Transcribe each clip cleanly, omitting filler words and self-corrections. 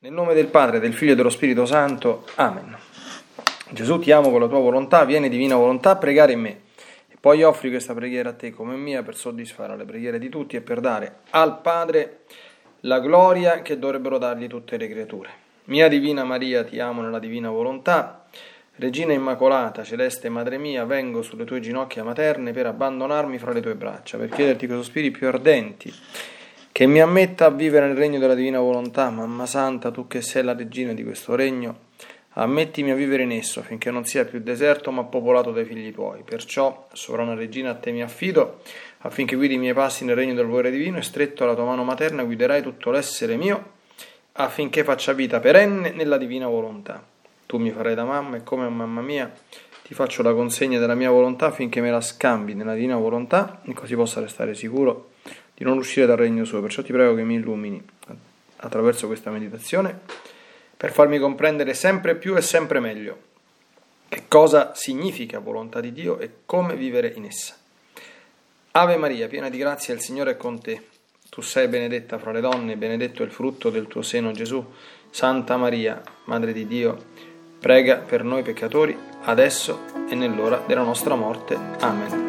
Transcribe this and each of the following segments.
Nel nome del Padre, del Figlio e dello Spirito Santo. Amen. Gesù, ti amo con la tua volontà, vieni divina volontà a pregare in me. E poi offri questa preghiera a te come mia per soddisfare le preghiere di tutti e per dare al Padre la gloria che dovrebbero dargli tutte le creature. Mia Divina Maria, ti amo nella divina volontà. Regina Immacolata, celeste Madre mia, vengo sulle tue ginocchia materne per abbandonarmi fra le tue braccia, per chiederti con sospiri più ardenti che mi ammetta a vivere nel regno della divina volontà. Mamma Santa, tu che sei la regina di questo regno, ammettimi a vivere in esso, affinché non sia più deserto ma popolato dai figli tuoi. Perciò, sovrana regina, a te mi affido, affinché guidi i miei passi nel regno del volere divino, e stretto alla tua mano materna guiderai tutto l'essere mio, affinché faccia vita perenne nella divina volontà. Tu mi farai da mamma, e come mamma mia ti faccio la consegna della mia volontà, affinché me la scambi nella divina volontà, e così possa restare sicuro di non uscire dal regno suo. Perciò ti prego che mi illumini attraverso questa meditazione per farmi comprendere sempre più e sempre meglio che cosa significa volontà di Dio e come vivere in essa. Ave Maria, piena di grazia, il Signore è con te. Tu sei benedetta fra le donne, e benedetto è il frutto del tuo seno, Gesù. Santa Maria, Madre di Dio, prega per noi peccatori, adesso e nell'ora della nostra morte. Amen.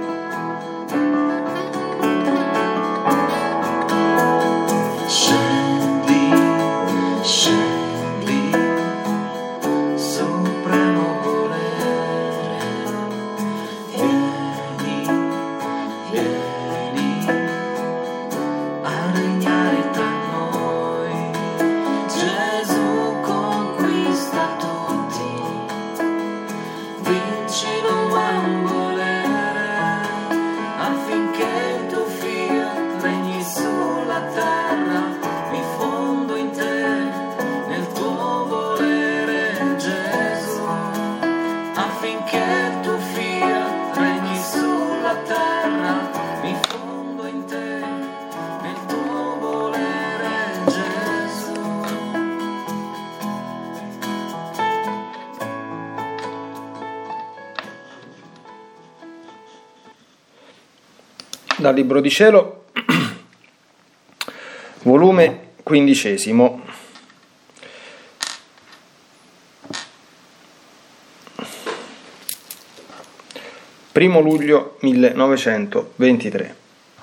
Dal Libro di Cielo, volume 15, 1 luglio 1923.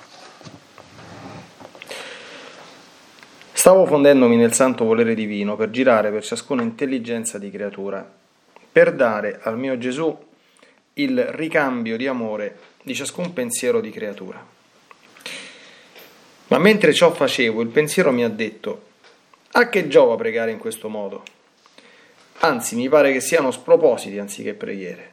Stavo fondendomi nel santo volere divino per girare per ciascuna intelligenza di creatura, per dare al mio Gesù il ricambio di amore di ciascun pensiero di creatura. Ma mentre ciò facevo, il pensiero mi ha detto: a che giova pregare in questo modo? Anzi, mi pare che siano spropositi anziché preghiere.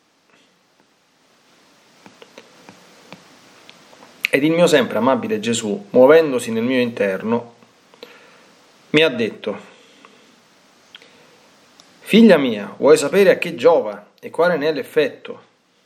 Ed il mio sempre amabile Gesù, muovendosi nel mio interno, mi ha detto: figlia mia, vuoi sapere a che giova e quale ne è l'effetto?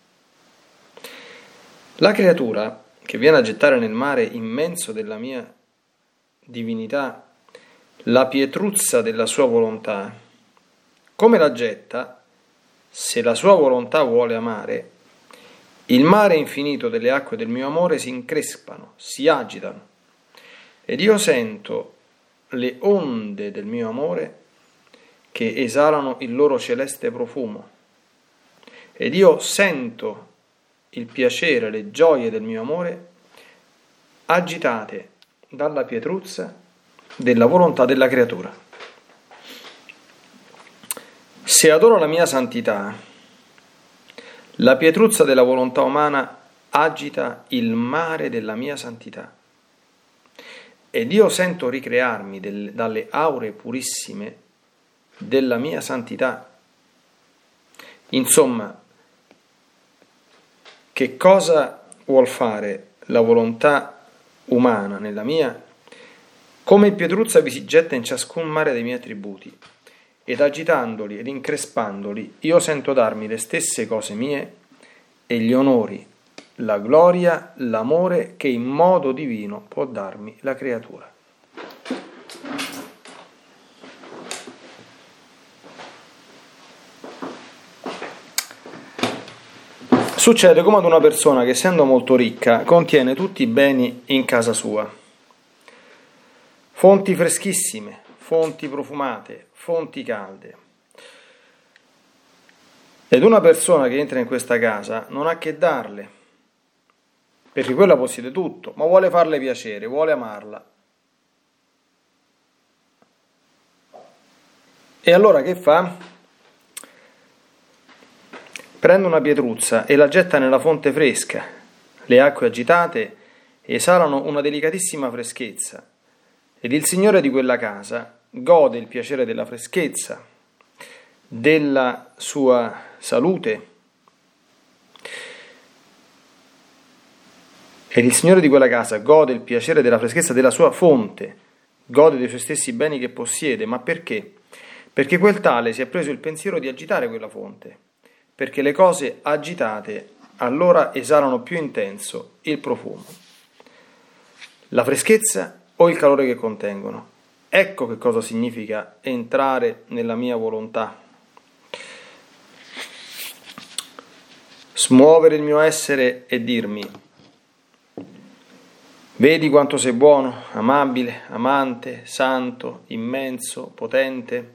La creatura che viene a gettare nel mare immenso della mia divinità la pietruzza della sua volontà, come la getta, se la sua volontà vuole amare, il mare infinito delle acque del mio amore si increspano, si agitano, ed io sento le onde del mio amore che esalano il loro celeste profumo, ed io sento il piacere, le gioie del mio amore agitate dalla pietruzza della volontà della creatura. Se adoro la mia santità, la pietruzza della volontà umana agita il mare della mia santità, ed io sento ricrearmi dalle aure purissime della mia santità. Insomma, che cosa vuol fare la volontà umana nella mia? Come il pietruzza vi si getta in ciascun mare dei miei attributi, ed agitandoli ed increspandoli io sento darmi le stesse cose mie e gli onori, la gloria, l'amore che in modo divino può darmi la creatura. Succede come ad una persona che, essendo molto ricca, contiene tutti i beni in casa sua. Fonti freschissime, fonti profumate, fonti calde. Ed una persona che entra in questa casa non ha che darle, perché quella possiede tutto, ma vuole farle piacere, vuole amarla. E allora che fa? Prende una pietruzza e la getta nella fonte fresca. Le acque agitate esalano una delicatissima freschezza, ed il signore di quella casa gode il piacere della freschezza, della sua salute. Ed il signore di quella casa gode il piacere della freschezza della sua fonte, gode dei suoi stessi beni che possiede. Ma perché? Perché quel tale si è preso il pensiero di agitare quella fonte, perché le cose agitate allora esalano più intenso il profumo, la freschezza o il calore che contengono. Ecco che cosa significa entrare nella mia volontà. Smuovere il mio essere e dirmi: vedi quanto sei buono, amabile, amante, santo, immenso, potente.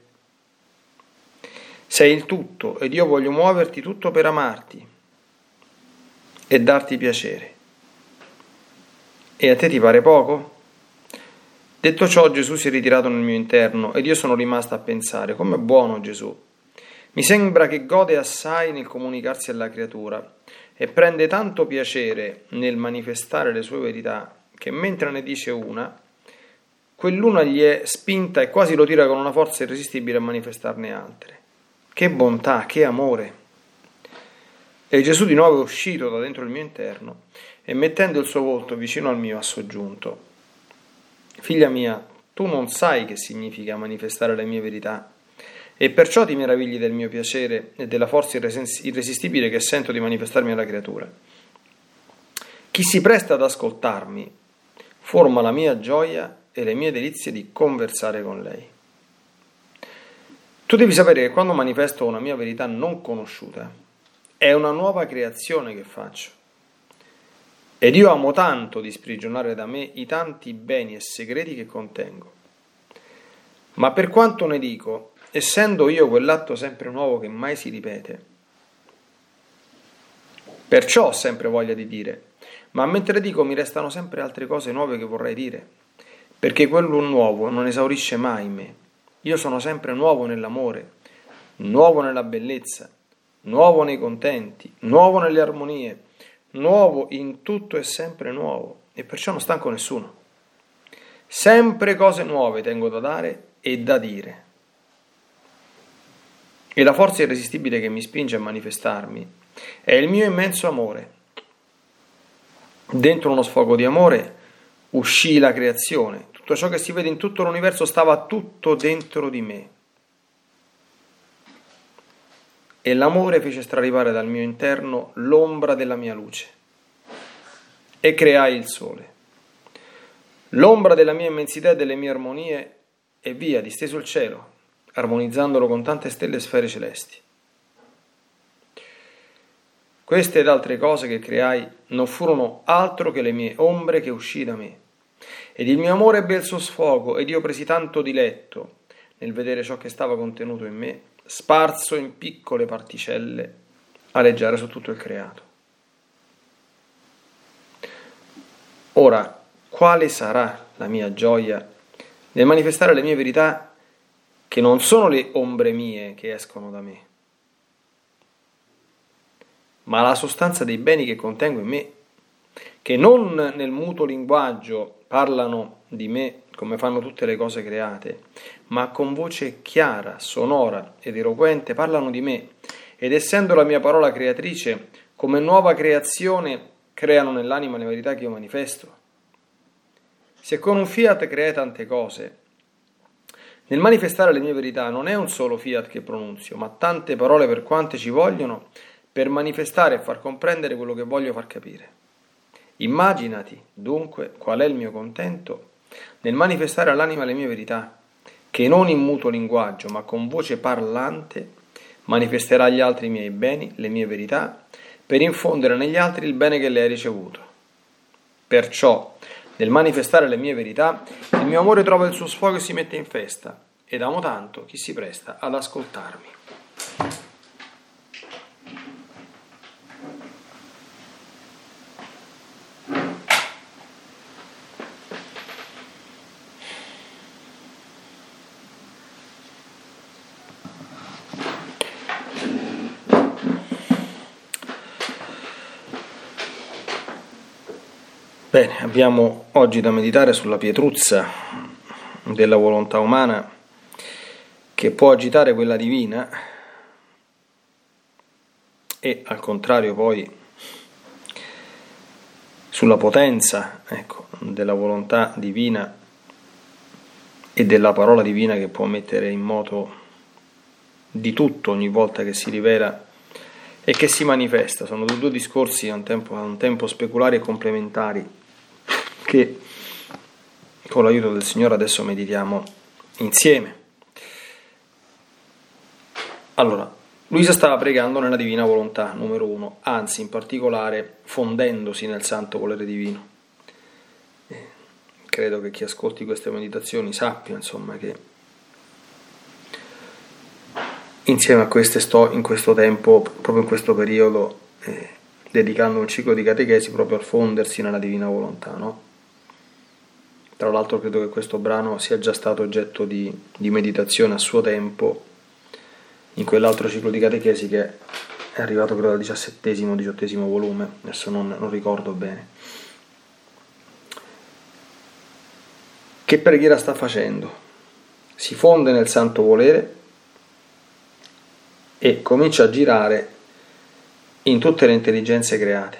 Sei il tutto ed io voglio muoverti tutto per amarti e darti piacere. E a te ti pare poco? Detto ciò, Gesù si è ritirato nel mio interno ed io sono rimasta a pensare: com'è buono Gesù! Mi sembra che gode assai nel comunicarsi alla creatura e prende tanto piacere nel manifestare le sue verità che mentre ne dice una, quell'una gli è spinta e quasi lo tira con una forza irresistibile a manifestarne altre. Che bontà, che amore! E Gesù di nuovo è uscito da dentro il mio interno e mettendo il suo volto vicino al mio ha soggiunto: figlia mia, tu non sai che significa manifestare le mie verità e perciò ti meravigli del mio piacere e della forza irresistibile che sento di manifestarmi alla creatura. Chi si presta ad ascoltarmi forma la mia gioia e le mie delizie di conversare con lei. Tu devi sapere che quando manifesto una mia verità non conosciuta, è una nuova creazione che faccio. Ed io amo tanto di sprigionare da me i tanti beni e segreti che contengo. Ma per quanto ne dico, essendo io quell'atto sempre nuovo che mai si ripete, perciò ho sempre voglia di dire, ma mentre dico mi restano sempre altre cose nuove che vorrei dire, perché quello nuovo non esaurisce mai me. Io sono sempre nuovo nell'amore, nuovo nella bellezza, nuovo nei contenti, nuovo nelle armonie, nuovo in tutto e sempre nuovo, e perciò non stanco nessuno. Sempre cose nuove tengo da dare e da dire. E la forza irresistibile che mi spinge a manifestarmi è il mio immenso amore. Dentro uno sfogo di amore uscì la creazione. Tutto ciò che si vede in tutto l'universo stava tutto dentro di me. E l'amore fece straripare dal mio interno l'ombra della mia luce. E creai il sole. L'ombra della mia immensità e delle mie armonie, e via, disteso il cielo, armonizzandolo con tante stelle e sfere celesti. Queste ed altre cose che creai non furono altro che le mie ombre che uscì da me. Ed il mio amore ebbe il suo sfogo, ed io presi tanto diletto nel vedere ciò che stava contenuto in me, sparso in piccole particelle, aleggiare su tutto il creato. Ora, quale sarà la mia gioia nel manifestare le mie verità che non sono le ombre mie che escono da me, ma la sostanza dei beni che contengo in me, che non nel muto linguaggio parlano di me come fanno tutte le cose create, ma con voce chiara, sonora ed eloquente parlano di me, ed essendo la mia parola creatrice, come nuova creazione creano nell'anima le verità che io manifesto. Se con un fiat creai tante cose, nel manifestare le mie verità non è un solo fiat che pronunzio, ma tante parole per quante ci vogliono per manifestare e far comprendere quello che voglio far capire. Immaginati, dunque, qual è il mio contento nel manifestare all'anima le mie verità, che non in muto linguaggio, ma con voce parlante, manifesterà agli altri i miei beni, le mie verità, per infondere negli altri il bene che lei ha ricevuto. Perciò, nel manifestare le mie verità, il mio amore trova il suo sfogo e si mette in festa, ed amo tanto chi si presta ad ascoltarmi. Bene, abbiamo oggi da meditare sulla pietruzza della volontà umana che può agitare quella divina e al contrario poi sulla potenza, della volontà divina e della parola divina che può mettere in moto di tutto ogni volta che si rivela e che si manifesta. Sono due discorsi a un tempo speculari e complementari che con l'aiuto del Signore adesso meditiamo insieme. Allora, Luisa stava pregando nella divina volontà, numero 1, anzi in particolare fondendosi nel santo volere divino. Credo che chi ascolti queste meditazioni sappia, che insieme a queste sto in questo tempo, proprio in questo periodo, dedicando un ciclo di catechesi proprio al fondersi nella divina volontà, no? Tra l'altro credo che questo brano sia già stato oggetto di meditazione a suo tempo in quell'altro ciclo di catechesi che è arrivato credo al 17° volume, adesso non ricordo bene. Che preghiera sta facendo? Si fonde nel santo volere e comincia a girare in tutte le intelligenze create.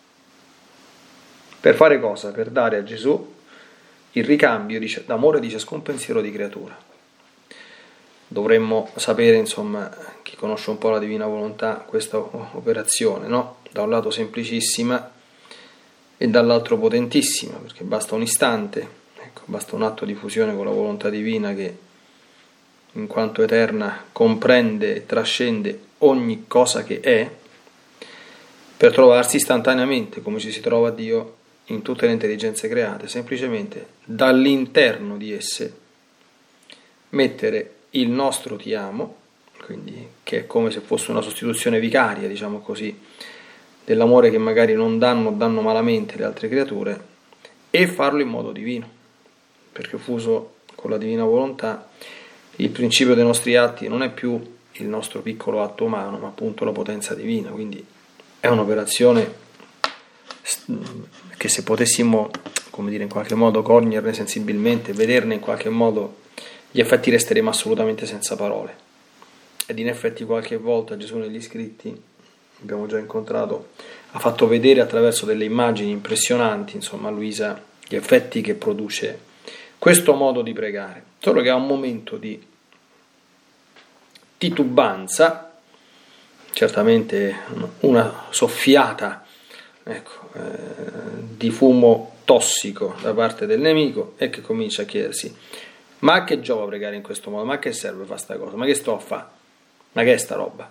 Per fare cosa? Per dare a Gesù il ricambio d'amore di ciascun pensiero di creatura. Dovremmo sapere, chi conosce un po' la divina volontà, questa operazione, no? Da un lato semplicissima e dall'altro potentissima, perché basta un istante, basta un atto di fusione con la volontà divina che, in quanto eterna, comprende e trascende ogni cosa che è, per trovarsi istantaneamente, come ci si trova a Dio, in tutte le intelligenze create, semplicemente dall'interno di esse mettere il nostro ti amo, quindi che è come se fosse una sostituzione vicaria, dell'amore che magari non danno malamente le altre creature, e farlo in modo divino, perché fuso con la divina volontà il principio dei nostri atti non è più il nostro piccolo atto umano, ma appunto la potenza divina, quindi è un'operazione che se potessimo, in qualche modo coglierne sensibilmente, vederne in qualche modo gli effetti, resteremo assolutamente senza parole. Ed in effetti qualche volta Gesù negli scritti, abbiamo già incontrato, ha fatto vedere attraverso delle immagini impressionanti, a Luisa, gli effetti che produce questo modo di pregare. Solo che ha un momento di titubanza, certamente una soffiata di fumo tossico da parte del nemico, e che comincia a chiedersi: ma a che giova pregare in questo modo? Ma a che serve fare sta cosa? Ma che sto a fare? Ma che è sta roba?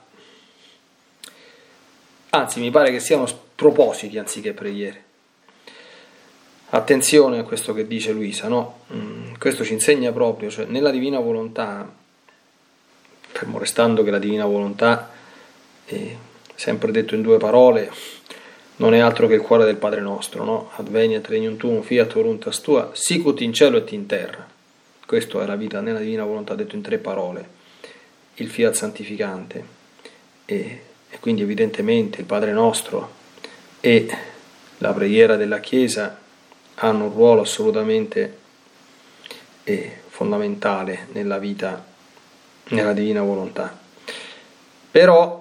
Anzi, mi pare che siano propositi anziché preghiere. Attenzione a questo che dice Luisa, no? Questo ci insegna proprio, nella divina volontà, fermo restando che la divina volontà, sempre detto in due parole, non è altro che il cuore del Padre nostro, no? Adveniat regnum tuum, fiat voluntas tua, sicut in cielo et in terra. Questo è la vita nella divina volontà, detto in 3 parole, il fiat santificante, e quindi evidentemente il Padre nostro e la preghiera della Chiesa hanno un ruolo assolutamente fondamentale nella vita, nella divina volontà. Però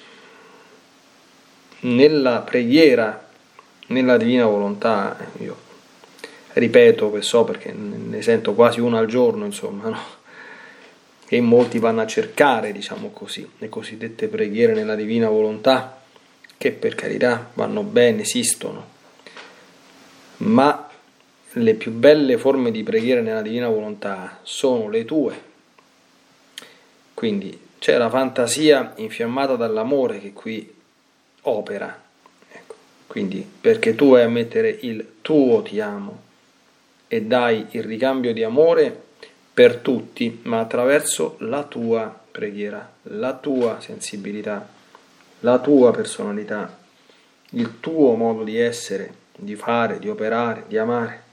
nella preghiera, nella divina volontà, io ripeto che so perché ne sento quasi una al giorno, no? Che molti vanno a cercare, le cosiddette preghiere nella divina volontà, che per carità vanno bene, esistono, ma le più belle forme di preghiera nella divina volontà sono le tue. Quindi c'è la fantasia infiammata dall'amore che qui opera, quindi perché tu vai a mettere il tuo ti amo e dai il ricambio di amore per tutti, ma attraverso la tua preghiera, la tua sensibilità, la tua personalità, il tuo modo di essere, di fare, di operare, di amare.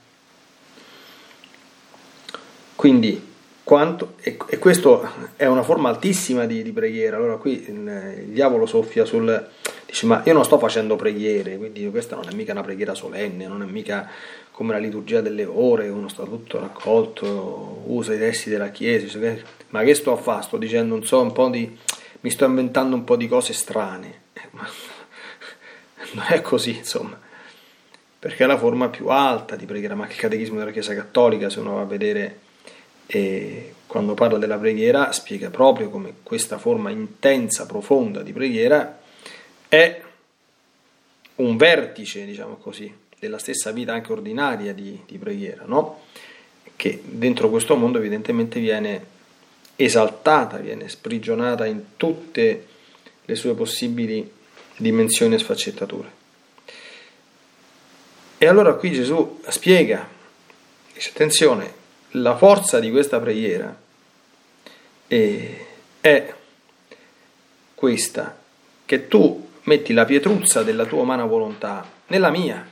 Quindi e questo è una forma altissima di preghiera. Allora qui il diavolo soffia dice, ma io non sto facendo preghiere, quindi questa non è mica una preghiera solenne, non è mica come la liturgia delle ore, uno sta tutto raccolto, usa i testi della Chiesa, ma che sto a fare? Sto dicendo, non so, mi sto inventando un po' di cose strane. Ma non è così, insomma, perché è la forma più alta di preghiera, ma anche il Catechismo della Chiesa Cattolica, se uno va a vedere, quando parla della preghiera, spiega proprio come questa forma intensa, profonda di preghiera è un vertice, diciamo così, della stessa vita anche ordinaria di preghiera, no? Che dentro questo mondo evidentemente viene esaltata, viene sprigionata in tutte le sue possibili dimensioni e sfaccettature. E allora qui Gesù spiega, dice, attenzione, la forza di questa preghiera è questa, che tu metti la pietruzza della tua umana volontà nella mia.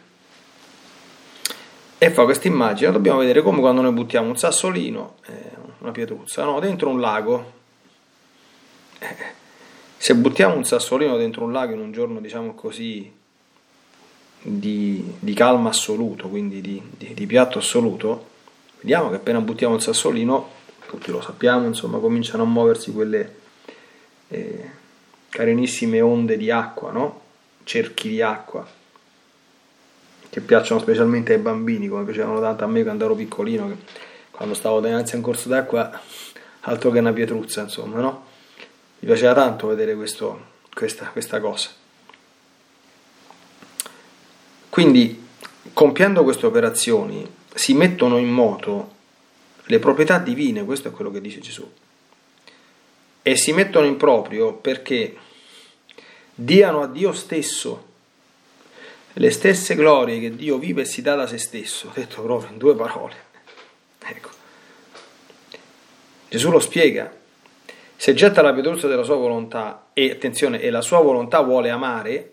E fa questa immagine, dobbiamo vedere come quando noi buttiamo un sassolino, una pietruzza, no? Dentro un lago. Se buttiamo un sassolino dentro un lago in un giorno, diciamo così, di calma assoluto, quindi di piatto assoluto, vediamo che appena buttiamo il sassolino, tutti lo sappiamo, insomma, cominciano a muoversi quelle carinissime onde di acqua, no? Cerchi di acqua, che piacciono specialmente ai bambini, come piacevano tanto a me quando ero piccolino, che quando stavo dinanzi a un corso d'acqua, altro che una pietruzza, insomma, no? Mi piaceva tanto vedere questa cosa. Quindi, compiendo queste operazioni, si mettono in moto le proprietà divine, questo è quello che dice Gesù, e si mettono in proprio perché diano a Dio stesso le stesse glorie che Dio vive e si dà da se stesso, detto proprio in due parole. Ecco. Gesù lo spiega. Se getta la pietruzza della sua volontà, e attenzione, e la sua volontà vuole amare,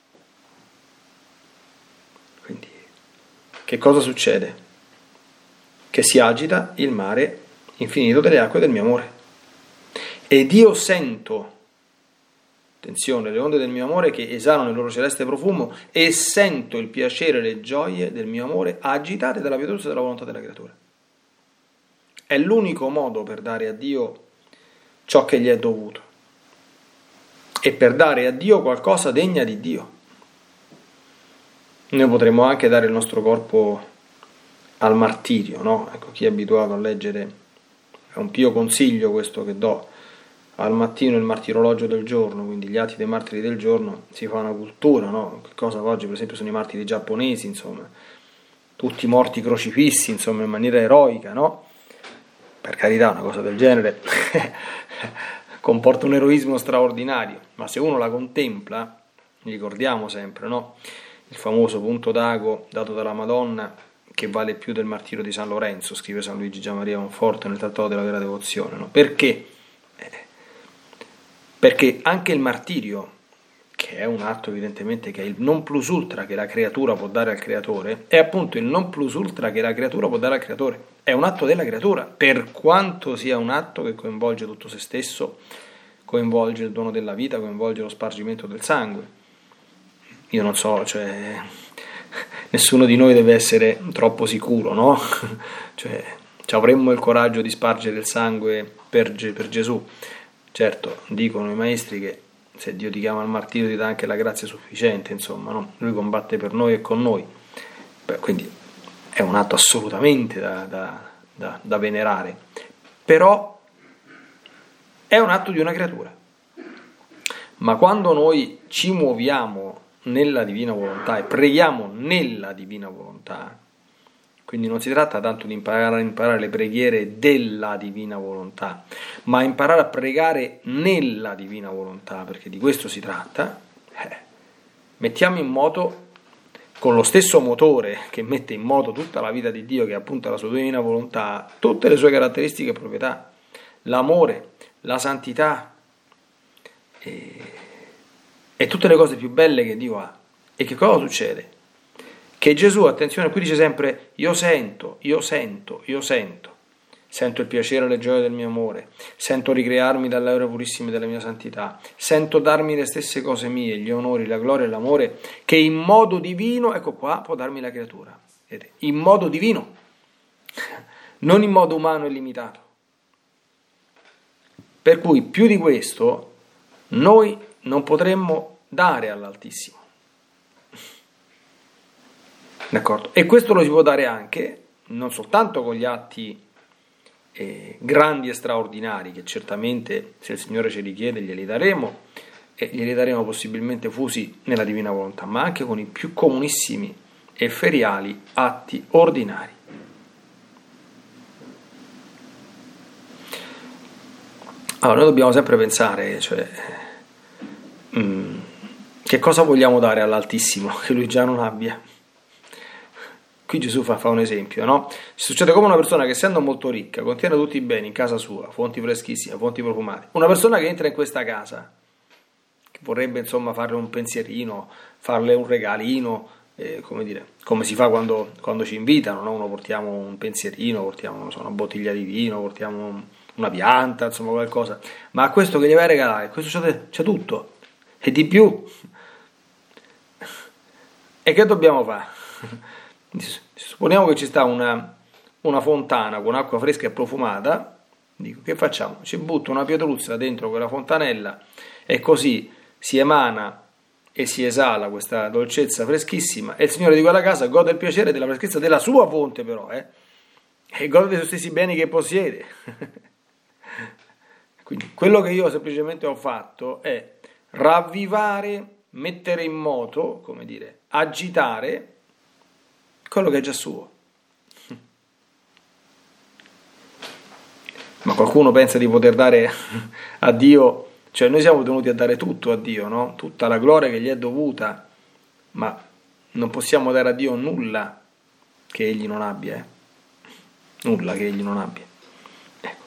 quindi che cosa succede? Che si agita il mare infinito delle acque del mio amore. Ed io sento, attenzione, le onde del mio amore che esalano il loro celeste profumo, e sento il piacere e le gioie del mio amore agitate dalla pietruzza della volontà della creatura. È l'unico modo per dare a Dio ciò che gli è dovuto e per dare a Dio qualcosa degna di Dio. Noi potremmo anche dare il nostro corpo al martirio, no? Ecco, chi è abituato a leggere, è un pio consiglio questo che do. Al mattino il martirologio del giorno, quindi gli atti dei martiri del giorno, si fa una cultura, no? Che cosa oggi per esempio sono i martiri giapponesi, insomma, tutti morti crocifissi, insomma, in maniera eroica, no? Per carità, una cosa del genere comporta un eroismo straordinario, ma se uno la contempla, ricordiamo sempre, no? Il famoso punto d'ago dato dalla Madonna, che vale più del martirio di San Lorenzo, scrive San Luigi Gianmaria Monforte nel Trattato della Vera Devozione, no? Perché? Perché anche il martirio, che è un atto evidentemente che è il non plus ultra che la creatura può dare al creatore, è appunto il non plus ultra che la creatura può dare al creatore. È un atto della creatura, per quanto sia un atto che coinvolge tutto se stesso, coinvolge il dono della vita, coinvolge lo spargimento del sangue. Io non so, cioè, nessuno di noi deve essere troppo sicuro, no? Cioè, avremmo il coraggio di spargere il sangue per Gesù. Certo, dicono i maestri che se Dio ti chiama al martirio ti dà anche la grazia sufficiente, insomma, no? Lui combatte per noi e con noi. Beh, quindi è un atto assolutamente da venerare, però è un atto di una creatura. Ma quando noi ci muoviamo nella divina volontà e preghiamo nella divina volontà, quindi non si tratta tanto di imparare le preghiere della divina volontà, ma imparare a pregare nella divina volontà, perché di questo si tratta, mettiamo in moto con lo stesso motore che mette in moto tutta la vita di Dio, che è appunto la sua divina volontà, tutte le sue caratteristiche e proprietà, l'amore, la santità e tutte le cose più belle che Dio ha. E che cosa succede? Che Gesù, attenzione, qui dice sempre io sento il piacere e le gioie del mio amore, sento ricrearmi dalle ore purissime della mia santità, sento darmi le stesse cose mie, gli onori, la gloria e l'amore che in modo divino, ecco qua, può darmi la creatura. Vedete? In modo divino, non in modo umano e limitato. Per cui più di questo noi non potremmo dare all'Altissimo. D'accordo? E questo lo si può dare anche, non soltanto con gli atti grandi e straordinari, che certamente, se il Signore ce li chiede, glieli daremo, e glieli daremo possibilmente fusi nella divina volontà, ma anche con i più comunissimi e feriali atti ordinari. Allora, noi dobbiamo sempre pensare, che cosa vogliamo dare all'Altissimo che Lui già non abbia? Qui Gesù fa un esempio, no? Succede come una persona che, essendo molto ricca, contiene tutti i beni in casa sua, fonti freschissime, fonti profumate. Una persona che entra in questa casa, che vorrebbe insomma farle un pensierino, farle un regalino, come si fa quando ci invitano, no? Uno portiamo un pensierino, portiamo non so, una bottiglia di vino, portiamo una pianta, insomma qualcosa. Ma a questo che gli vai a regalare, questo c'è tutto, e di più. E che dobbiamo fare? Supponiamo che ci sta una fontana con acqua fresca e profumata, dico, che facciamo? Ci butto una pietruzza dentro quella fontanella e così si emana e si esala questa dolcezza freschissima, e il Signore di quella casa gode il piacere della freschezza della sua fonte, però, e gode dei suoi stessi beni che possiede. Quindi quello che io semplicemente ho fatto è ravvivare, mettere in moto, agitare quello che è già suo. Ma qualcuno pensa di poter dare a Dio, cioè noi siamo tenuti a dare tutto a Dio, no? Tutta la gloria che gli è dovuta, ma non possiamo dare a Dio nulla che egli non abbia, nulla che egli non abbia. Ecco.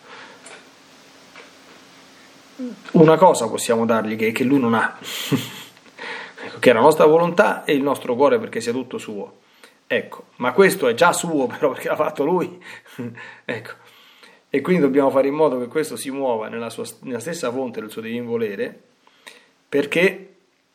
Una cosa possiamo dargli che lui non ha, ecco, che è la nostra volontà e il nostro cuore, perché sia tutto suo. Ecco, ma questo è già suo, però, perché l'ha fatto lui. Ecco. E quindi dobbiamo fare in modo che questo si muova nella stessa fonte del suo divino volere, perché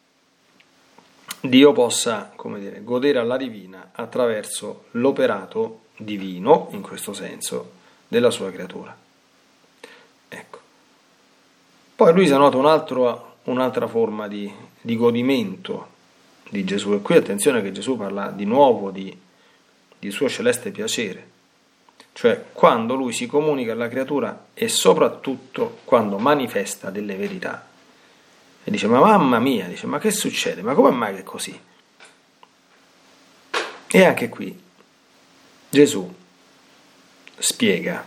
Dio possa, godere alla divina attraverso l'operato divino, in questo senso, della sua creatura. Ecco. Poi Luisa nota un'altra forma di godimento di Gesù, e qui attenzione che Gesù parla di nuovo di suo celeste piacere, cioè quando lui si comunica alla creatura e soprattutto quando manifesta delle verità e dice: ma mamma mia, dice, ma che succede? Ma come mai che è così? E anche qui Gesù spiega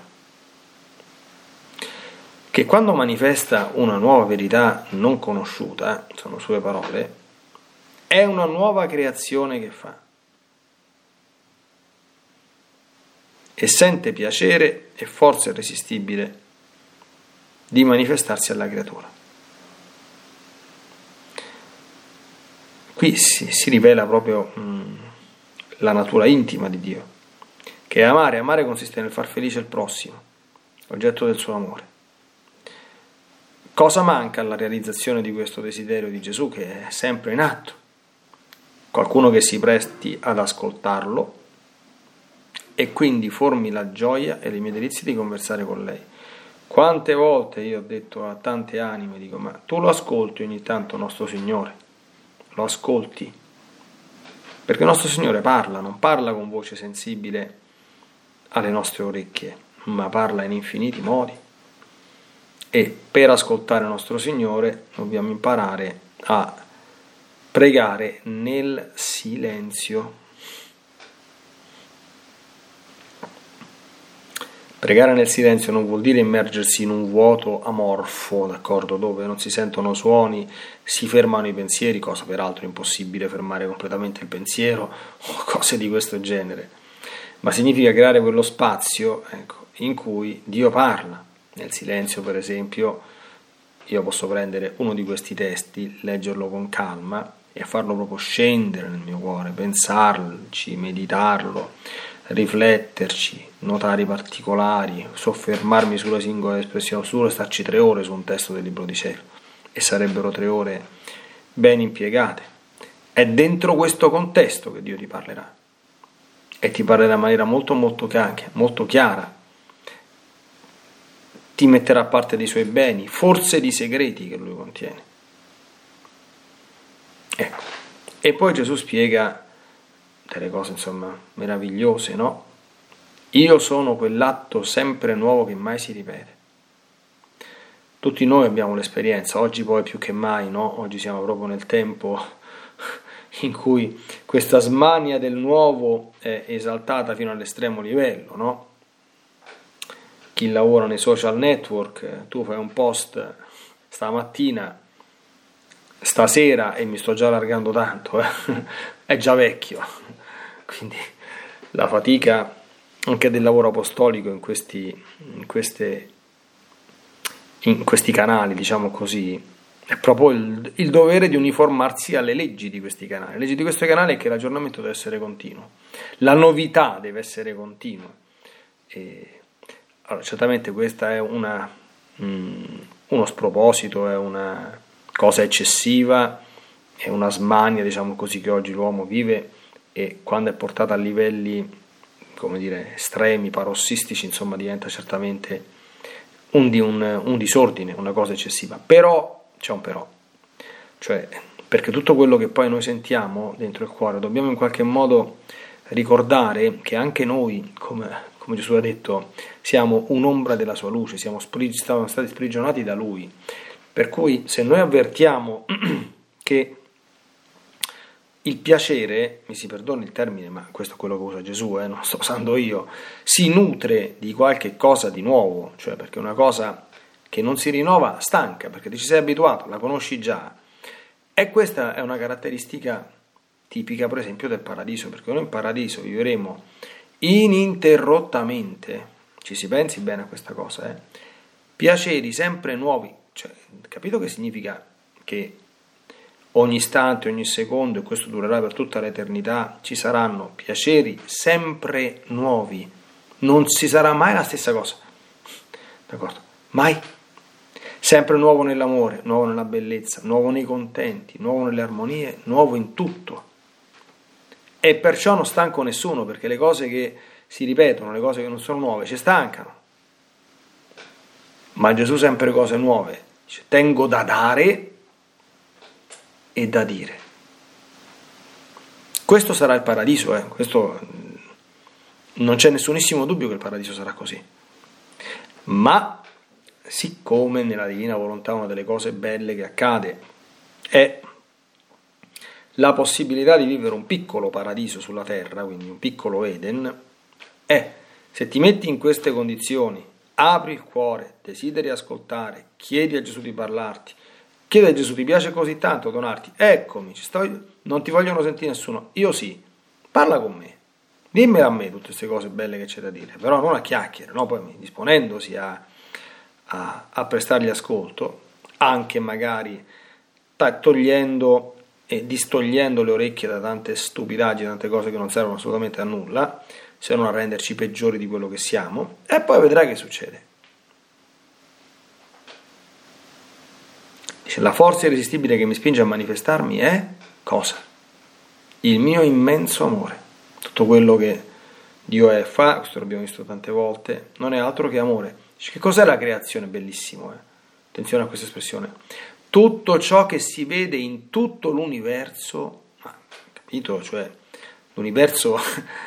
che quando manifesta una nuova verità non conosciuta, sono sue parole, è una nuova creazione che fa e sente piacere e forza irresistibile di manifestarsi alla creatura. Qui si rivela proprio la natura intima di Dio, che è amare. Amare consiste nel far felice il prossimo, oggetto del suo amore. Cosa manca alla realizzazione di questo desiderio di Gesù, che è sempre in atto? Qualcuno che si presti ad ascoltarlo e quindi formi la gioia e le mie delizie di conversare con lei. Quante volte io ho detto a tante anime, dico: ma tu lo ascolti ogni tanto nostro Signore? Lo ascolti? Perché nostro Signore parla, non parla con voce sensibile alle nostre orecchie, ma parla in infiniti modi. E per ascoltare nostro Signore dobbiamo imparare a pregare nel silenzio. Pregare nel silenzio non vuol dire immergersi in un vuoto amorfo, d'accordo, dove non si sentono suoni, si fermano i pensieri, cosa peraltro impossibile fermare completamente il pensiero, o cose di questo genere, ma significa creare quello spazio, ecco, in cui Dio parla. Nel silenzio, per esempio, io posso prendere uno di questi testi, leggerlo con calma e farlo proprio scendere nel mio cuore, pensarci, meditarlo, rifletterci, notare i particolari, soffermarmi sulle singole espressioni, solo starci 3 ore su un testo del Libro di Cielo, e sarebbero 3 ore ben impiegate. È dentro questo contesto che Dio ti parlerà, e ti parlerà in maniera molto chiara, ti metterà a parte dei suoi beni, forse di segreti che Lui contiene. Ecco. E poi Gesù spiega delle cose, insomma, meravigliose, no? Io sono quell'atto sempre nuovo che mai si ripete. Tutti noi abbiamo l'esperienza, oggi poi più che mai, no? Oggi siamo proprio nel tempo in cui questa smania del nuovo è esaltata fino all'estremo livello, no? Chi lavora nei social network, tu fai un post stamattina, stasera, e mi sto già allargando tanto, è già vecchio. Quindi la fatica anche del lavoro apostolico in questi canali, diciamo così, è proprio il dovere di uniformarsi alle leggi di questi canali. La legge di questo canale è che l'aggiornamento deve essere continuo, la novità deve essere continua. Allora, certamente questa è uno sproposito, è una cosa eccessiva, è una smania, diciamo così, che oggi l'uomo vive, e quando è portata a livelli, come dire, estremi, parossistici, insomma, diventa certamente un disordine, una cosa eccessiva. Però c'è un però, cioè, perché tutto quello che poi noi sentiamo dentro il cuore dobbiamo in qualche modo ricordare che anche noi, come Gesù ha detto, siamo un'ombra della sua luce, siamo stati sprigionati da Lui. Per cui se noi avvertiamo che il piacere, mi si perdoni il termine, ma questo è quello che usa Gesù, non sto usando io, si nutre di qualche cosa di nuovo, cioè perché una cosa che non si rinnova stanca, perché ti ci sei abituato, la conosci già, e questa è una caratteristica tipica, per esempio, del paradiso, perché noi in paradiso vivremo ininterrottamente, ci si pensi bene a questa cosa, piaceri sempre nuovi, cioè, capito che significa che ogni istante, ogni secondo, e questo durerà per tutta l'eternità, ci saranno piaceri sempre nuovi, non si sarà mai la stessa cosa, d'accordo? Mai. Sempre nuovo nell'amore, nuovo nella bellezza, nuovo nei contenti, nuovo nelle armonie, nuovo in tutto. E perciò non stanco nessuno, perché le cose che si ripetono, le cose che non sono nuove, ci stancano. Ma Gesù sempre cose nuove, dice: tengo da dare e da dire. Questo sarà il paradiso, questo non c'è nessunissimo dubbio che il paradiso sarà così. Ma siccome nella divina volontà una delle cose belle che accade è la possibilità di vivere un piccolo paradiso sulla terra, quindi un piccolo Eden, se ti metti in queste condizioni, apri il cuore, desideri ascoltare, chiedi a Gesù di parlarti, chiedi a Gesù: ti piace così tanto donarti? Eccomi, non ti vogliono sentire nessuno, io sì, parla con me, dimmela a me tutte queste cose belle che c'è da dire, però non a chiacchiere, no? Poi disponendosi a prestargli ascolto, anche magari togliendo e distogliendo le orecchie da tante stupidaggini, tante cose che non servono assolutamente a nulla, se non a renderci peggiori di quello che siamo, e poi vedrai che succede. Dice: la forza irresistibile che mi spinge a manifestarmi è cosa? Il mio immenso amore. Tutto quello che Dio è e fa, questo l'abbiamo visto tante volte, non è altro che amore. Dice: che cos'è la creazione? Bellissimo, attenzione a questa espressione. Tutto ciò che si vede in tutto l'universo, capito? Cioè, l'universo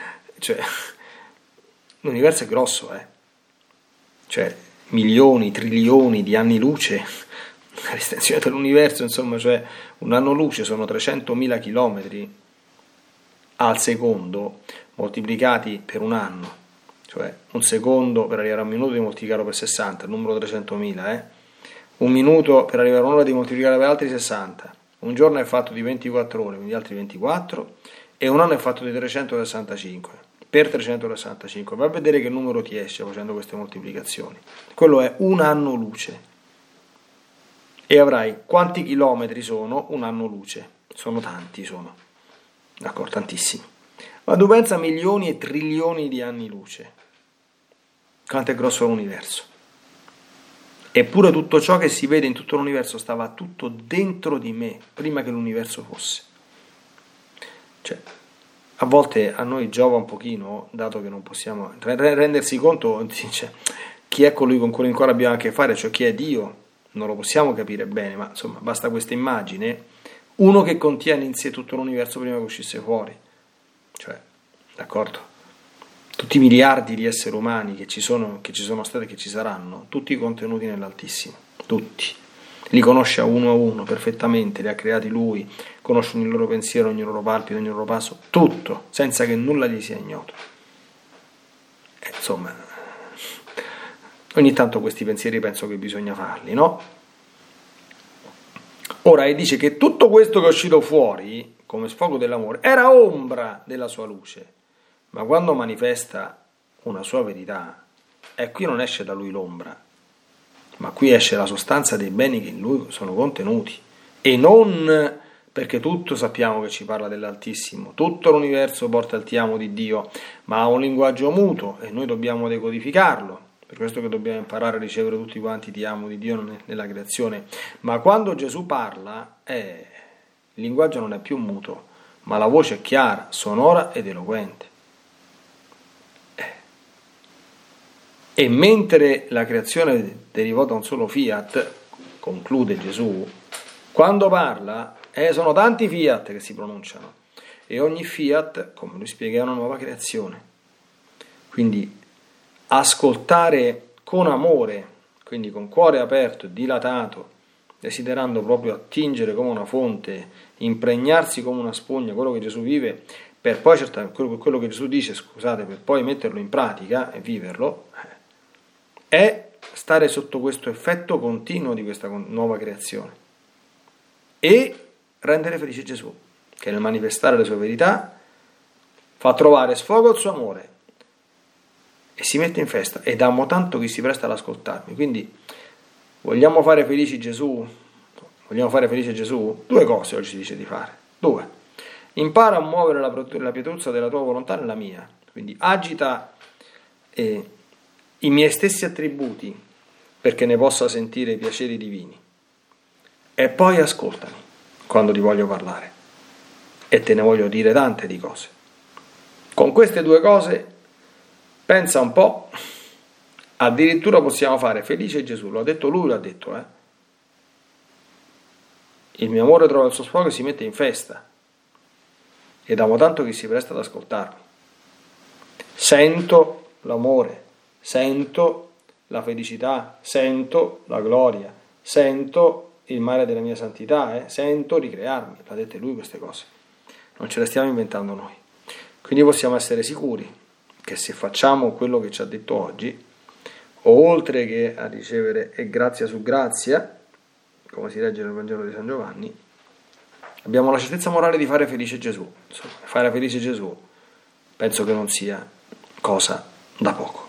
è grosso, cioè milioni, trilioni di anni luce, l'estensione dell'universo, insomma, cioè un anno luce sono 300.000 chilometri al secondo moltiplicati per un anno, cioè un secondo per arrivare a un minuto di moltiplicarlo per 60, il numero 300.000, un minuto per arrivare a un'ora di moltiplicarlo per altri 60, un giorno è fatto di 24 ore, quindi altri 24, e un anno è fatto di 365, per 365, vai a vedere che numero ti esce facendo queste moltiplicazioni, quello è un anno luce, e avrai quanti chilometri sono un anno luce, sono tanti, d'accordo, tantissimi, ma tu pensa a milioni e trilioni di anni luce, quanto è grosso l'universo. Eppure tutto ciò che si vede in tutto l'universo stava tutto dentro di me prima che l'universo fosse. Cioè, a volte a noi giova un pochino, dato che non possiamo rendersi conto, cioè, chi è colui con cui ancora abbiamo a che fare, cioè chi è Dio, non lo possiamo capire bene, ma insomma basta questa immagine, uno che contiene in sé tutto l'universo prima che uscisse fuori, cioè, d'accordo? Tutti i miliardi di esseri umani che ci sono stati e che ci saranno, tutti contenuti nell'Altissimo, tutti. Li conosce a uno perfettamente, li ha creati Lui, conosce ogni loro pensiero, ogni loro palpito, ogni loro passo, tutto, senza che nulla gli sia ignoto. Insomma, ogni tanto questi pensieri penso che bisogna farli, no? Ora, e dice che tutto questo che è uscito fuori, come sfogo dell'amore, era ombra della sua luce. Ma quando manifesta una sua verità, qui non esce da lui l'ombra, ma qui esce la sostanza dei beni che in lui sono contenuti. E non perché tutto sappiamo che ci parla dell'Altissimo, tutto l'universo porta il ti amo di Dio, ma ha un linguaggio muto e noi dobbiamo decodificarlo. Per questo che dobbiamo imparare a ricevere tutti quanti ti amo di Dio nella creazione. Ma quando Gesù parla, il linguaggio non è più muto, ma la voce è chiara, sonora ed eloquente. E mentre la creazione deriva da un solo fiat, conclude Gesù, quando parla sono tanti fiat che si pronunciano e ogni fiat, come lui spiega, è una nuova creazione. Quindi ascoltare con amore, quindi con cuore aperto e dilatato, desiderando proprio attingere come una fonte, impregnarsi come una spugna quello che Gesù vive, per poi quello che Gesù dice, scusate, per poi metterlo in pratica e viverlo, è stare sotto questo effetto continuo di questa nuova creazione e rendere felice Gesù, che nel manifestare le sue verità fa trovare sfogo al suo amore e si mette in festa, ed amo tanto chi si presta ad ascoltarmi. Quindi vogliamo fare felice Gesù? Due cose oggi si dice di fare, due: impara a muovere la pietruzza della tua volontà nella mia, quindi agita i miei stessi attributi perché ne possa sentire i piaceri divini, e poi ascoltami quando ti voglio parlare e te ne voglio dire tante di cose. Con queste due cose, pensa un po', addirittura possiamo fare felice Gesù, l'ha detto lui, l'ha detto, il mio amore trova il suo sfogo e si mette in festa, ed amo tanto chi si presta ad ascoltarmi. Sento l'amore, sento la felicità, sento la gloria, sento il mare della mia santità, sento ricrearmi. L'ha dette lui queste cose, non ce le stiamo inventando noi. Quindi possiamo essere sicuri che se facciamo quello che ci ha detto oggi, oltre che a ricevere grazia su grazia, come si legge nel Vangelo di San Giovanni, abbiamo la certezza morale di fare felice Gesù. Insomma, fare felice Gesù penso che non sia cosa da poco.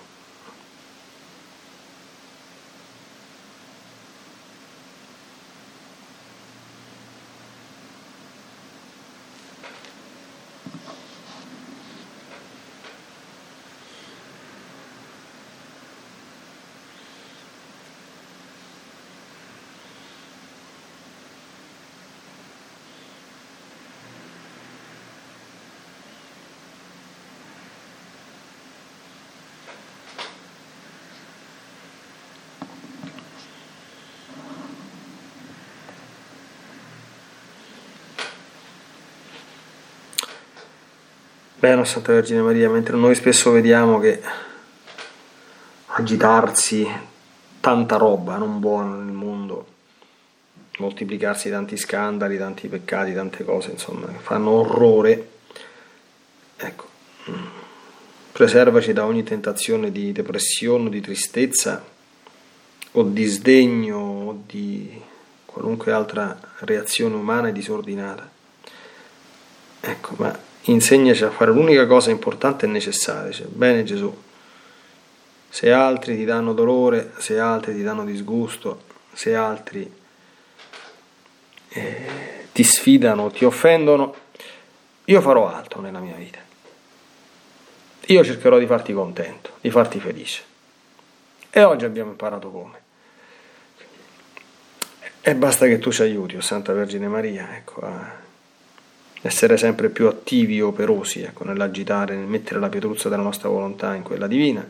Bene, Santa Vergine Maria, mentre noi spesso vediamo che agitarsi tanta roba non buona nel mondo, moltiplicarsi tanti scandali, tanti peccati, tante cose, insomma, che fanno orrore, ecco, preservaci da ogni tentazione di depressione, di tristezza o di sdegno o di qualunque altra reazione umana e disordinata. Ecco, ma insegnaci a fare l'unica cosa importante e necessaria. Cioè, bene Gesù, se altri ti danno dolore, se altri ti danno disgusto, se altri ti sfidano, ti offendono, io farò altro nella mia vita. Io cercherò di farti contento, di farti felice. E oggi abbiamo imparato come. E basta che tu ci aiuti, o Santa Vergine Maria, ecco, a essere sempre più attivi e operosi, ecco, nell'agitare, nel mettere la pietruzza della nostra volontà in quella divina,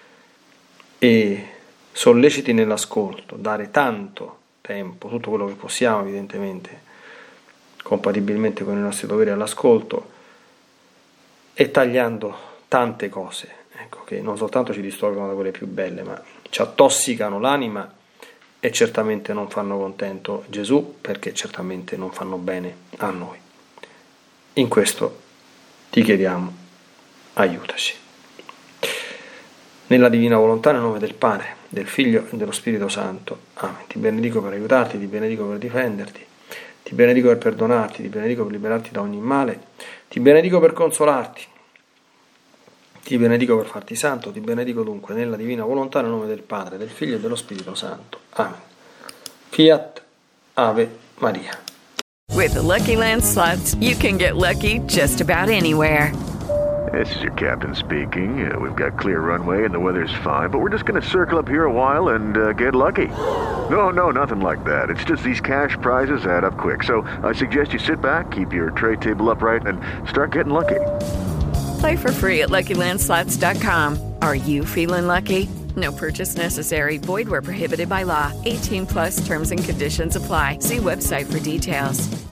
e solleciti nell'ascolto, dare tanto tempo, tutto quello che possiamo, evidentemente, compatibilmente con i nostri doveri all'ascolto, e tagliando tante cose, ecco, che non soltanto ci distolgono da quelle più belle, ma ci attossicano l'anima e certamente non fanno contento Gesù, perché certamente non fanno bene a noi. In questo ti chiediamo, aiutaci. Nella divina volontà, nel nome del Padre, del Figlio e dello Spirito Santo. Amen. Ti benedico per aiutarti, ti benedico per difenderti, ti benedico per perdonarti, ti benedico per liberarti da ogni male, ti benedico per consolarti, ti benedico per farti santo, ti benedico dunque nella divina volontà, nel nome del Padre, del Figlio e dello Spirito Santo. Amen. Fiat Ave Maria. With the Lucky Land Slots, you can get lucky just about anywhere. This is your captain speaking. We've got clear runway and the weather's fine, but we're just going to circle up here a while and get lucky. No, nothing like that. It's just these cash prizes add up quick. So I suggest you sit back, keep your tray table upright, and start getting lucky. Play for free at LuckyLandSlots.com. Are you feeling lucky? No purchase necessary. Void where prohibited by law. 18+ terms and conditions apply. See website for details.